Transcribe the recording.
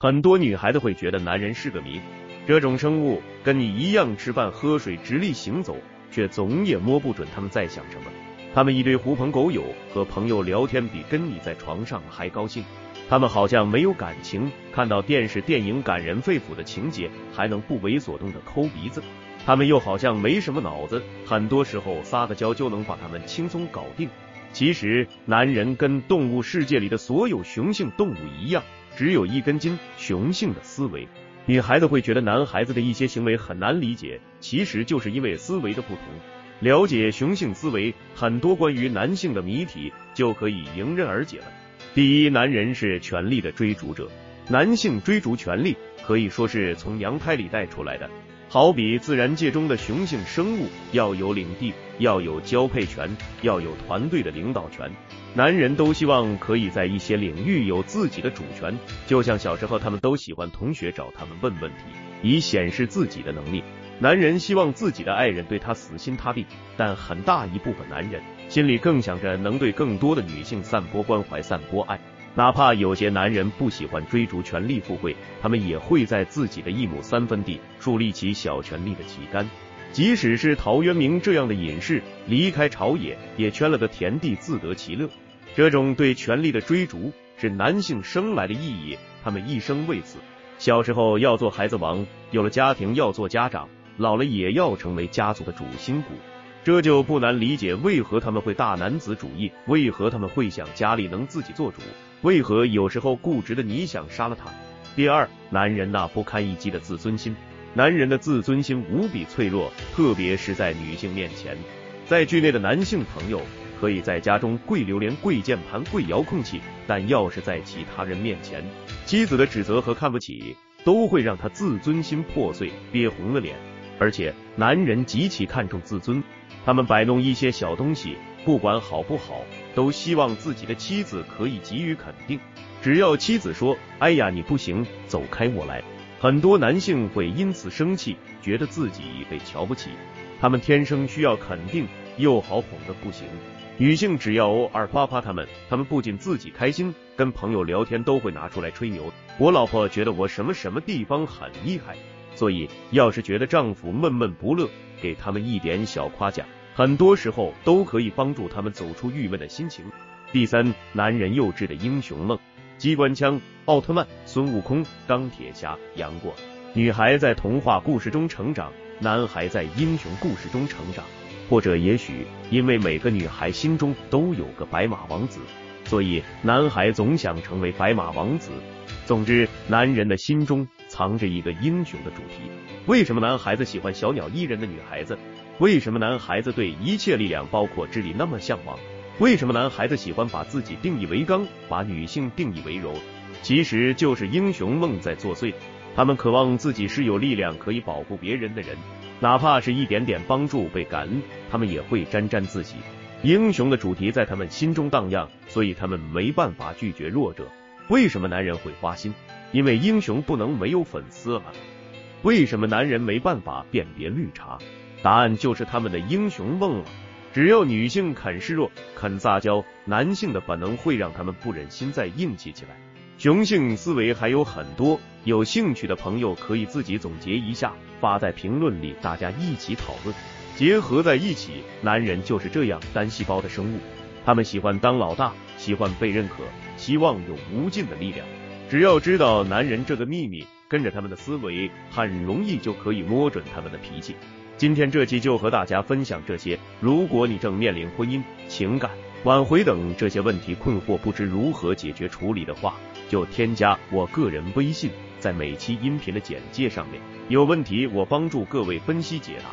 很多女孩子会觉得男人是个谜，这种生物跟你一样吃饭喝水直立行走，却总也摸不准他们在想什么。他们一堆狐朋狗友和朋友聊天比跟你在床上还高兴，他们好像没有感情，看到电视电影感人肺腑的情节还能不为所动的抠鼻子，他们又好像没什么脑子，很多时候撒个娇就能把他们轻松搞定。其实男人跟动物世界里的所有雄性动物一样，只有一根筋，雄性的思维。女孩子会觉得男孩子的一些行为很难理解，其实就是因为思维的不同。了解雄性思维，很多关于男性的谜题就可以迎刃而解了。第一，男人是权力的追逐者。男性追逐权力可以说是从娘胎里带出来的，好比自然界中的雄性生物要有领地，要有交配权，要有团队的领导权。男人都希望可以在一些领域有自己的主权，就像小时候他们都喜欢同学找他们问问题，以显示自己的能力。男人希望自己的爱人对他死心塌地，但很大一部分男人心里更想着能对更多的女性散播关怀，散播爱。哪怕有些男人不喜欢追逐权力富贵，他们也会在自己的1亩3分地树立起小权力的旗杆。即使是陶渊明这样的隐士，离开朝野也圈了个田地，自得其乐。这种对权力的追逐是男性生来的意义，他们一生为此。小时候要做孩子王，有了家庭要做家长，老了也要成为家族的主心骨。这就不难理解为何他们会大男子主义，为何他们会想家里能自己做主，为何有时候固执的你想杀了他。第二，男人那不堪一击的自尊心。男人的自尊心无比脆弱，特别是在女性面前。在剧内的男性朋友可以在家中跪榴莲、跪键盘、跪遥控器，但要是在其他人面前，妻子的指责和看不起都会让他自尊心破碎，憋红了脸。而且男人极其看重自尊，他们摆弄一些小东西，不管好不好，都希望自己的妻子可以给予肯定。只要妻子说哎呀你不行，走开我来，很多男性会因此生气，觉得自己被瞧不起。他们天生需要肯定，又好哄得不行。女性只要偶尔夸夸他们不仅自己开心，跟朋友聊天都会拿出来吹牛，我老婆觉得我什么什么地方很厉害。所以要是觉得丈夫闷闷不乐，给他们一点小夸奖，很多时候都可以帮助他们走出郁闷的心情。第三，男人幼稚的英雄梦。机关枪、奥特曼、孙悟空、钢铁侠、杨过。女孩在童话故事中成长，男孩在英雄故事中成长。或者也许因为每个女孩心中都有个白马王子，所以男孩总想成为白马王子。总之，男人的心中藏着一个英雄的主题。为什么男孩子喜欢小鸟依人的女孩子？为什么男孩子对一切力量包括智力那么向往？为什么男孩子喜欢把自己定义为刚，把女性定义为柔？其实就是英雄梦在作祟。他们渴望自己是有力量可以保护别人的人，哪怕是一点点帮助被感恩，他们也会沾沾自喜。英雄的主题在他们心中荡漾，所以他们没办法拒绝弱者。为什么男人会花心？因为英雄不能没有粉丝啊。为什么男人没办法辨别绿茶？答案就是他们的英雄梦了。只要女性肯示弱，肯撒娇，男性的本能会让他们不忍心再硬气起来。雄性思维还有很多，有兴趣的朋友可以自己总结一下，发在评论里，大家一起讨论。结合在一起，男人就是这样单细胞的生物，他们喜欢当老大，喜欢被认可，希望有无尽的力量。只要知道男人这个秘密，跟着他们的思维，很容易就可以摸准他们的脾气。今天这期就和大家分享这些，如果你正面临婚姻、情感、挽回等这些问题困惑，不知如何解决处理的话，就添加我个人微信，在每期音频的简介上面，有问题我帮助各位分析解答。